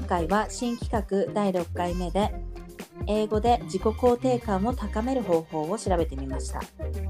回は新企画第6回目で英語で自己肯定感を高める方法を調べてみました。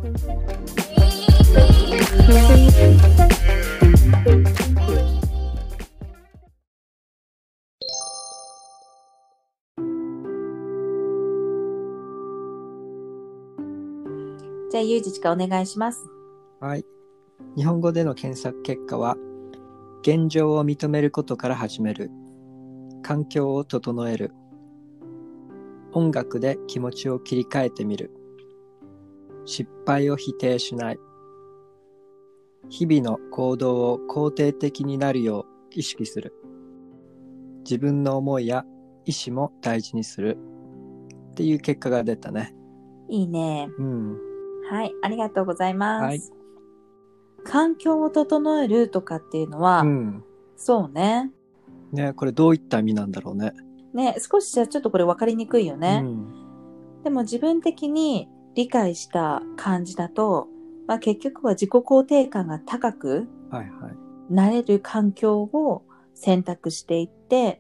じゃあゆうじちかお願いします。 はい。日本語での検索結果は、現状を認めることから始める、環境を整える、音楽で気持ちを切り替えてみる、失敗を否定しない、日々の行動を肯定的になるよう意識する、自分の思いや意思も大事にするっていう結果が出たね。 いいね。はい、ありがとうございます。 はい。 環境を整えるとかっていうのは、そうね。 ね、これどういった意味なんだろうね。 ね、少しじゃちょっとこれ分かりにくいよね。でも自分的に理解した感じだと、結局は自己肯定感が高くなれる環境を選択していって、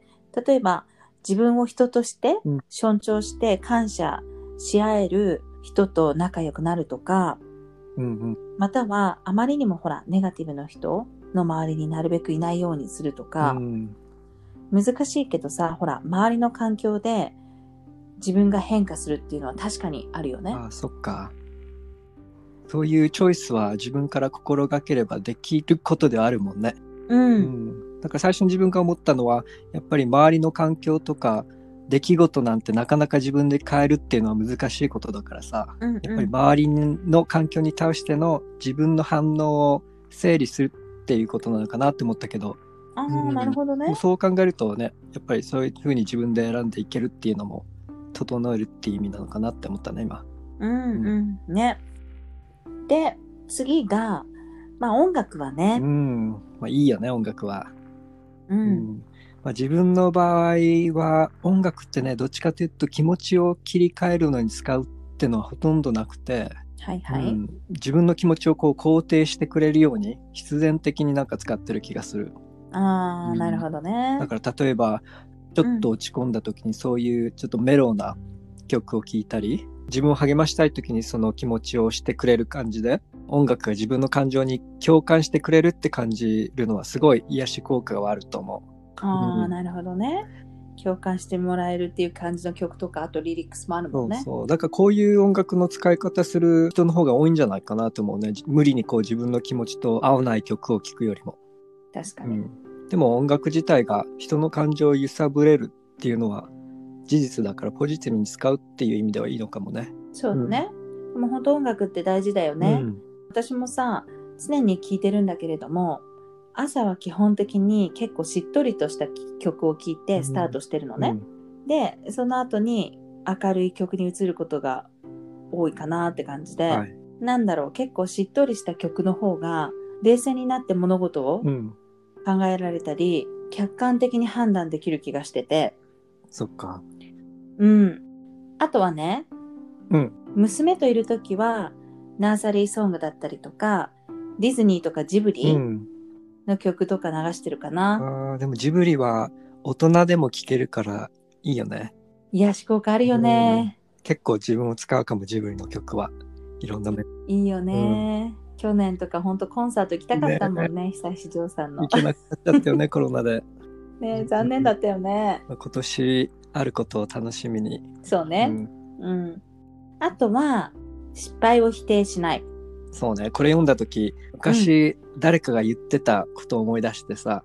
例えば自分を人として尊重して感謝し合える人と仲良くなるとか、またはあまりにもネガティブな人の周りになるべくいないようにするとか、難しいけどさ、周りの環境で自分が変化するっていうのは確かにあるよね。 そっか。そういうチョイスは自分から心がければできることではあるもんね。だから最初に自分が思ったのは、やっぱり周りの環境とか出来事なんてなかなか自分で変えるっていうのは難しいことだからさ、やっぱり周りの環境に対しての自分の反応を整理するっていうことなのかなって思ったけど、 なるほどね。 そう考えるとね、やっぱりそういうふうに自分で選んでいけるっていうのも整えるっていう意味なのかなって思ったね、今。 ね。で、次が、音楽はね。 いいよね、音楽は。自分の場合は音楽ってね、どっちかというと気持ちを切り替えるのに使うってのはほとんどなくて、自分の気持ちを肯定してくれるように必然的に使ってる気がする。 なるほどね。 だから例えばちょっと落ち込んだ時にそういうちょっとメロウな曲を聴いたり、自分を励ましたい時にその気持ちをしてくれる感じで、音楽が自分の感情に共感してくれるって感じるのはすごい癒し効果があると思う。 なるほどね。共感してもらえるっていう感じの曲とか、あとリリックスもあるもんね。 だからこういう音楽の使い方する人の方が多いんじゃないかなと思うね。無理に自分の気持ちと合わない曲を聴くよりも。 確かに。 でも音楽自体が人の感情を揺さぶれるっていうのは事実だから、ポジティブに使うっていう意味ではいいのかもね。 そうだね。でも本当音楽って大事だよね。私もさ、常に聴いてるんだけれども、朝は基本的に結構しっとりとした曲を聴いてスタートしてるのね。で、その後に明るい曲に移ることが多いかなって感じで、結構しっとりした曲の方が冷静になって物事を考えられたり、客観的に判断できる気がしてて。 そっか。 あとはね、娘といるときはナーサリーソングだったりとか、ディズニーとかジブリの曲とか流してるかな。 でもジブリは大人でも聴けるからいいよね。 癒し効果あるよね。 結構自分を使うかも、ジブリの曲はいろんな。 いいよね。去年とか本当コンサート行きたかったもんね、久石譲さんの。 行けなくなっちゃったよね、コロナで。 ね、残念だったよね。 今年あることを楽しみに。 そうね。あとは失敗を否定しない。 そうね、これ読んだ時、昔誰かが言ってたことを思い出してさ、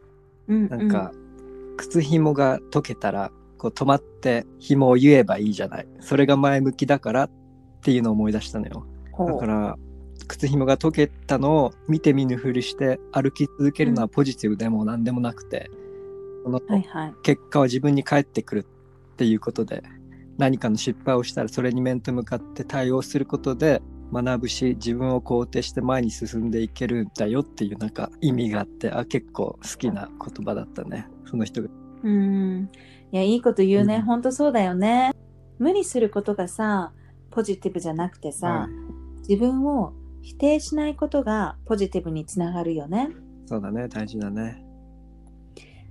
靴紐が溶けたら止まって紐を言えばいいじゃない。それが前向きだからっていうのを思い出したのよ。だから靴紐が溶けたのを見て見ぬふりして歩き続けるのはポジティブでも何でもなくて、その結果は自分に返ってくるっていうことで、何かの失敗をしたらそれに面と向かって対応することで学ぶし、自分を肯定して前に進んでいけるんだよっていう意味があって、結構好きな言葉だったね、その人が。 いや、いいこと言うね。本当そうだよね。無理することがさ、ポジティブじゃなくてさ、自分を否定しないことがポジティブにつながるよね。 そうだね、大事だね。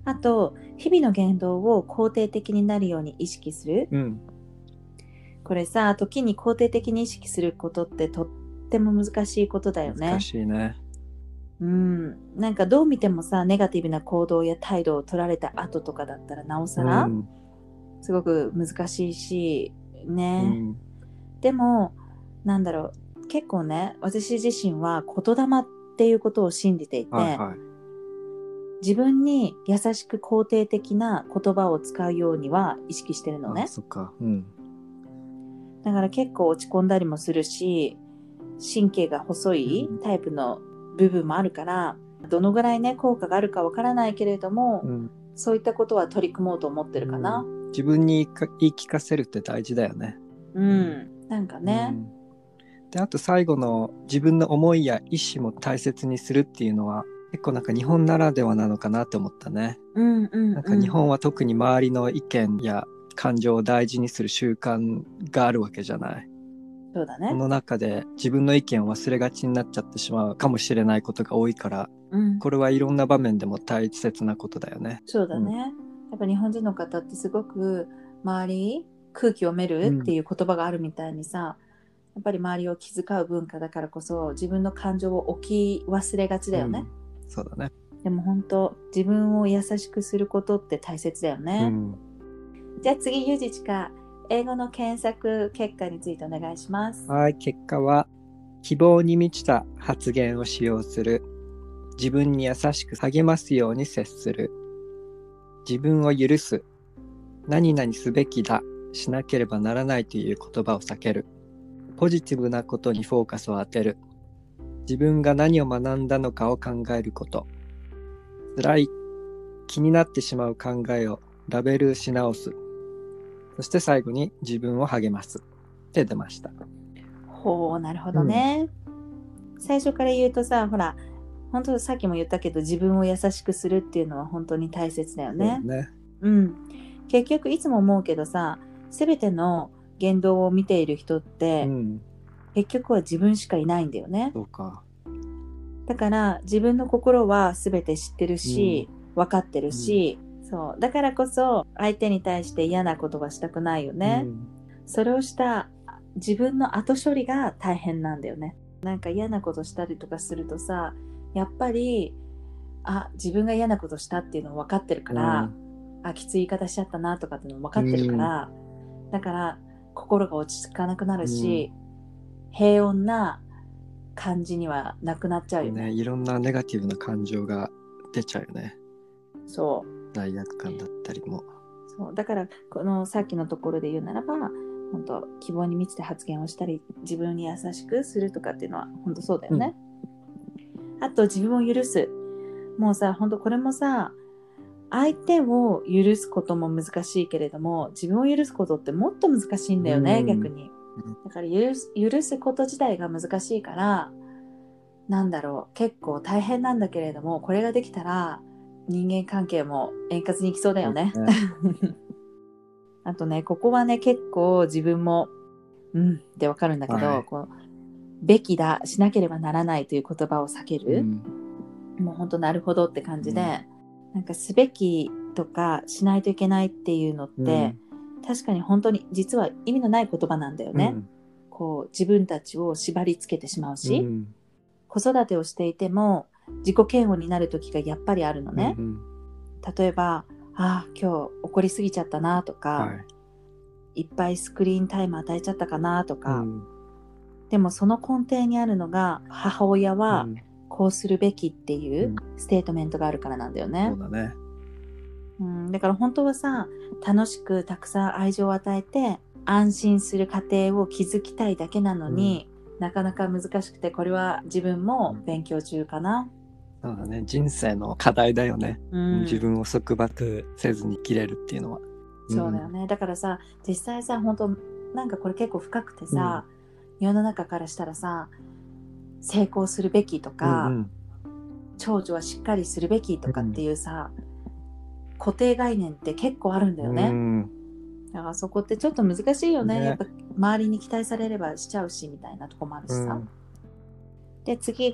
あと日々の言動を肯定的になるように意識する、これさ、時に肯定的に意識することってとっても難しいことだよね。 難しいね。 なんかどう見てもさ、ネガティブな行動や態度を取られた後とかだったらなおさら、すごく難しいしね、でもなんだろう、結構ね、私自身は言霊っていうことを信じていて、自分に優しく肯定的な言葉を使うようには意識してるのね。 そっか。 だから結構落ち込んだりもするし、神経が細いタイプの部分もあるから、どのぐらいね効果があるかわからないけれども、そういったことは取り組もうと思ってるかな。 自分に言い聞かせるって大事だよね。 なんかね、 であと最後の自分の思いや意思も大切にするっていうのは結構なんか日本ならではなのかなって思ったね。なんか日本は特に周りの意見や感情を大事にする習慣があるわけじゃない。 そうだね。 この中で自分の意見を忘れがちになっちゃってしまうかもしれないことが多いから、これはいろんな場面でも大切なことだよね。 そうだね、やっぱ日本人の方ってすごく周り空気を読めるっていう言葉があるみたいにさ、やっぱり周りを気遣う文化だからこそ自分の感情を置き忘れがちだよね、 そうだね。 でも本当自分を優しくすることって大切だよね、じゃあ次ゆじちか英語の検索結果についてお願いします。 はい、結果は希望に満ちた発言を使用する、自分に優しく励ますように接する、自分を許す、何々すべきだ、しなければならないという言葉を避ける、ポジティブなことにフォーカスを当てる、自分が何を学んだのかを考えること、辛い、気になってしまう考えをラベルし直す、そして最後に自分を励ますって出ました。 ほう、なるほどね、最初から言うとさ、ほら本当さっきも言ったけど自分を優しくするっていうのは本当に大切だよね。結局いつも思うけどさ、全ての言動を見ている人って、結局は自分しかいないんだよね。 そうか。 だから自分の心は全て知ってるし、分かってるし、そうだからこそ相手に対して嫌なことはしたくないよね、それをした自分の後処理が大変なんだよね。なんか嫌なことしたりとかするとさ、やっぱり自分が嫌なことしたっていうの分かってるから、きつい言い方しちゃったなとかっていうの分かってるから、だから心が落ち着かなくなるし、平穏な感じにはなくなっちゃうよね。 いろんなネガティブな感情が出ちゃうよね。 そう。 罪悪感だったりも。 そうだからこのさっきのところで言うならば、本当希望に満ちて発言をしたり自分に優しくするとかっていうのは本当そうだよね、あと自分を許す。もうさ、本当これもさ、相手を許すことも難しいけれども、自分を許すことってもっと難しいんだよね、逆に。だから許すこと自体が難しいから、なんだろう、結構大変なんだけれども、これができたら人間関係も円滑にいきそうだよね。あとね、ここはね、結構自分もってわかるんだけど、こうべきだ、しなければならないという言葉を避ける、もう本当なるほどって感じで、なんかすべきとかしないといけないっていうのって、確かに本当に実は意味のない言葉なんだよね、こう自分たちを縛り付けてしまうし、子育てをしていても自己嫌悪になる時がやっぱりあるのね、例えば今日怒りすぎちゃったなとか、いっぱいスクリーンタイム与えちゃったかなとか、でもその根底にあるのが母親はこうするべきっていうステートメントがあるからなんだよね。 そうだね。 だから本当はさ、楽しくたくさん愛情を与えて安心する家庭を築きたいだけなのに、なかなか難しくて、これは自分も勉強中かな。 そうだね、人生の課題だよね、自分を束縛せずに生きれるっていうのは。 そうだよね。だからさ、実際さ、本当なんかこれ結構深くてさ、世の中からしたらさ、成功するべきとか、長女はしっかりするべきとかっていうさ、固定概念って結構あるんだよね、だからそこってちょっと難しいよね。やっぱ周りに期待されればしちゃうしみたいなとこもあるしさ、で次が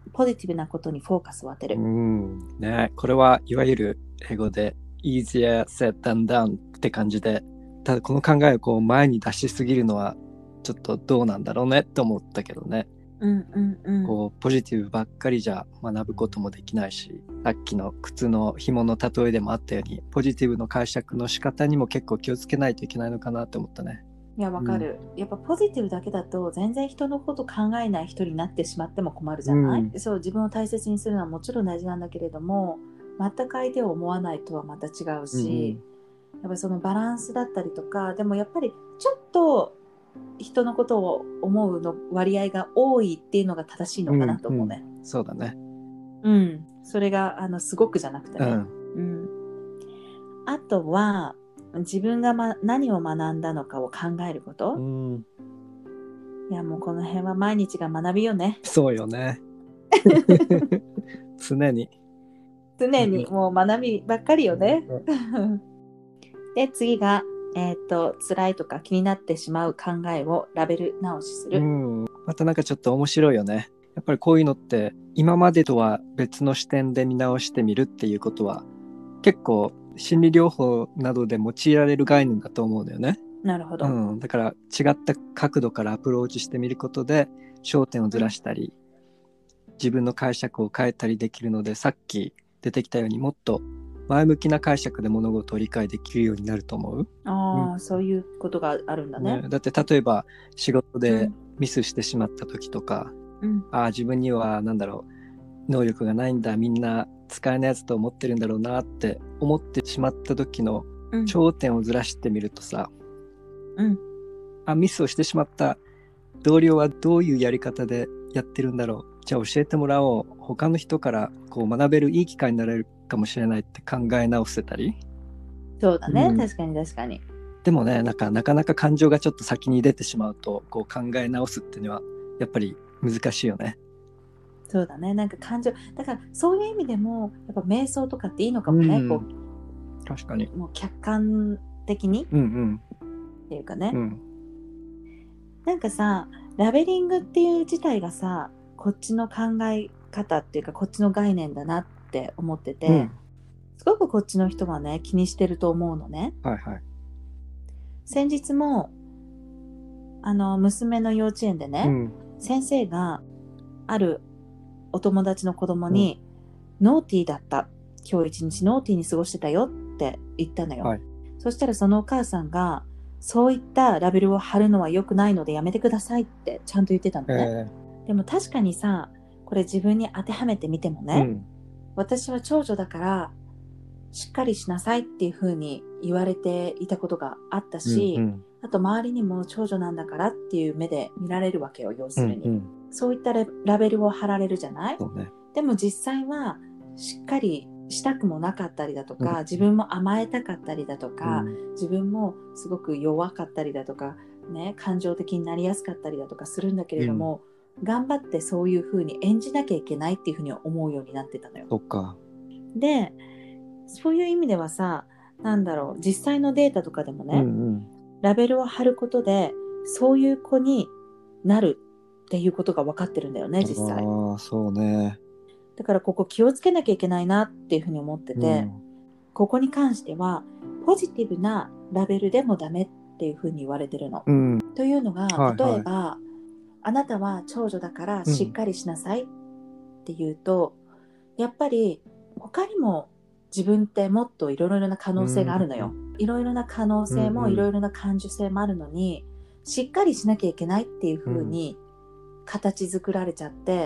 ポジティブなことにフォーカスを当てる。 ね、これはいわゆる英語で easier said than done って感じで、ただこの考えをこう前に出しすぎるのはちょっとどうなんだろうねって思ったけどね。こうポジティブばっかりじゃ学ぶこともできないし、さっきの靴の紐の例えでもあったようにポジティブの解釈の仕方にも結構気をつけないといけないのかなって思ったね。 いや、わかる、やっぱポジティブだけだと全然人のこと考えない人になってしまっても困るじゃない、そう、自分を大切にするのはもちろん大事なんだけれども、全く相手を思わないとはまた違うし、やっぱそのバランスだったりとか、でもやっぱりちょっと人のことを思うの割合が多いっていうのが正しいのかなと思うね。 そうだね。 それがすごくじゃなくてね。あとは自分が、何を学んだのかを考えること。いや、もうこの辺は毎日が学びよね。 そうよね。常にもう学びばっかりよね。で、次が辛いとか気になってしまう考えをラベル直しする。 またなんかちょっと面白いよね。やっぱりこういうのって今までとは別の視点で見直してみるっていうことは結構心理療法などで用いられる概念だと思うんだよね。 なるほど。 だから違った角度からアプローチしてみることで焦点をずらしたり、自分の解釈を変えたりできるので、さっき出てきたようにもっと前向きな解釈で物事を理解できるようになると思う。 そういうことがあるんだね。 だって例えば仕事でミスしてしまった時とか、自分には能力がないんだ、みんな使えないやつと思ってるんだろうなって思ってしまった時の頂点をずらしてみるとさ、ミスをしてしまった同僚はどういうやり方でやってるんだろう、じゃあ教えてもらおう、他の人からこう学べるいい機会になれるかもしれないって考え直せたり。 そうだね、確かに。 でもね、なかなか感情がちょっと先に出てしまうとこう考え直すっていうのはやっぱり難しいよね。 そうだね、なんか感情だからそういう意味でもやっぱ瞑想とかっていいのかもね。こう確かにもう客観的に、っていうかね、なんかさ、ラベリングっていう自体がさ、こっちの考え方っていうかこっちの概念だなって思ってて、すごくこっちの人はね気にしてると思うのね。先日も娘の幼稚園でね、先生があるお友達の子供に、ノーティーだった、今日一日ノーティーに過ごしてたよって言ったのよ。そしたらそのお母さんが、そういったラベルを貼るのは良くないのでやめてくださいってちゃんと言ってたのね。でも確かにさ、これ自分に当てはめてみてもね、私は長女だからしっかりしなさいっていう風に言われていたことがあったし、あと周りにも長女なんだからっていう目で見られるわけよ、要するに。そういったラベルを貼られるじゃない？でも実際はしっかりしたくもなかったりだとか、自分も甘えたかったりだとか、自分もすごく弱かったりだとか、ね、感情的になりやすかったりだとかするんだけれども、頑張ってそういう風に演じなきゃいけないっていう風に思うようになってたのよ。で、そういう意味ではさ、実際のデータとかでもね、ラベルを貼ることでそういう子になるっていうことが分かってるんだよね、実際。 そうね。 だからここ気をつけなきゃいけないなっていうふうに思ってて、ここに関してはポジティブなラベルでもダメっていうふうに言われてるの。というのが、例えば、あなたは長女だからしっかりしなさいっていうと、やっぱり他にも自分ってもっといろいろな可能性があるのよ。いろいろな可能性もいろいろな感受性もあるのに、しっかりしなきゃいけないっていう風に形作られちゃって、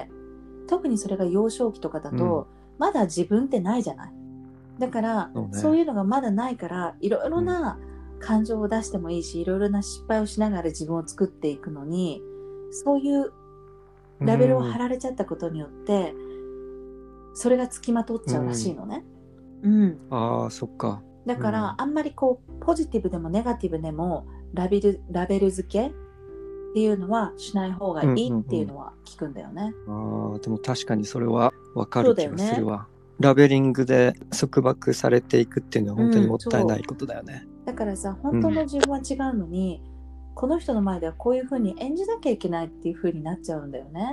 特にそれが幼少期とかだと、まだ自分ってないじゃない。だから、そういうのがまだないから、いろいろな感情を出してもいいし、いろいろな失敗をしながら自分を作っていくのに、そういうラベルを貼られちゃったことによって、それがつきまとっちゃうらしいのね。 そっか。 だから、あんまりこうポジティブでもネガティブでもラベル付けっていうのはしない方がいいっていうのは聞くんだよね。 でも確かにそれは分かる気がするわ。ラベリングで束縛されていくっていうのは本当にもったいないことだよね。 だからさ、本当の自分は違うのに、この人の前ではこういう風に演じなきゃいけないっていう風になっちゃうんだよね。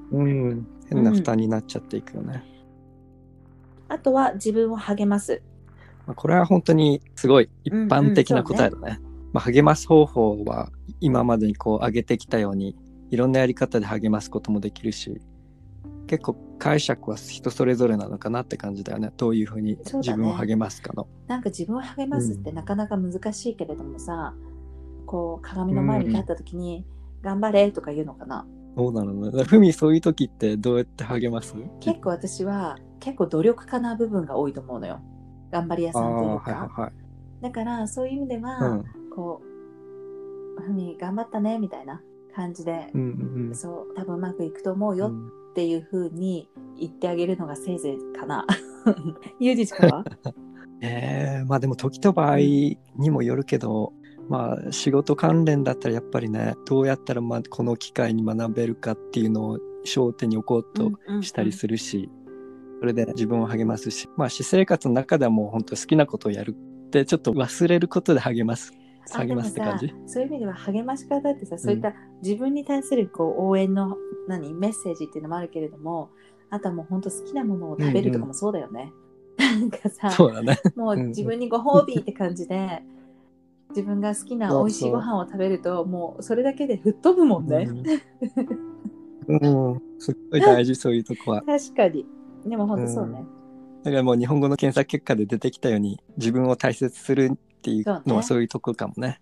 変な負担になっちゃっていくよね。 あとは自分を励ます。 これは本当にすごい一般的な答えだね。励ます方法は今までにこう挙げてきたようにいろんなやり方で励ますこともできるし、結構解釈は人それぞれなのかなって感じだよね。どういうふうに自分を励ますかの。 なんか自分を励ますってなかなか難しいけれどもさ、こう鏡の前に立った時に、頑張れとか言うのかな。 そうなのね。ふみ、そういう時ってどうやって励ます？ 結構私は努力家な部分が多いと思うのよ。頑張り屋さんというか。だからそういう意味では、こうふみ頑張ったねみたいな感じで、そう多分うまくいくと思うよっていう風に言ってあげるのがせいぜいかな。ゆうじちかはまあでも時と場合にもよるけど、まあ仕事関連だったらやっぱりね、どうやったらこの機会に学べるかっていうのを焦点に置こうとしたりするし、それで自分を励ますし、まあ私生活の中ではもう本当好きなことをやるってちょっと忘れることで励ますって感じ。 そういう意味では励まし方ってさ、そういった自分に対するこう応援のメッセージっていうのもあるけれども、あとはもう本当好きなものを食べるとかもそうだよね。なんかさ、 そうだね、 もう自分にご褒美って感じで自分が好きな美味しいご飯を食べるともうそれだけで吹っ飛ぶもんね。 すっごい大事そういうとこは。 確かに。でも本当そうね。 だからもう日本語の検索結果で出てきたように自分を大切するっていうのはそういうとこかもね。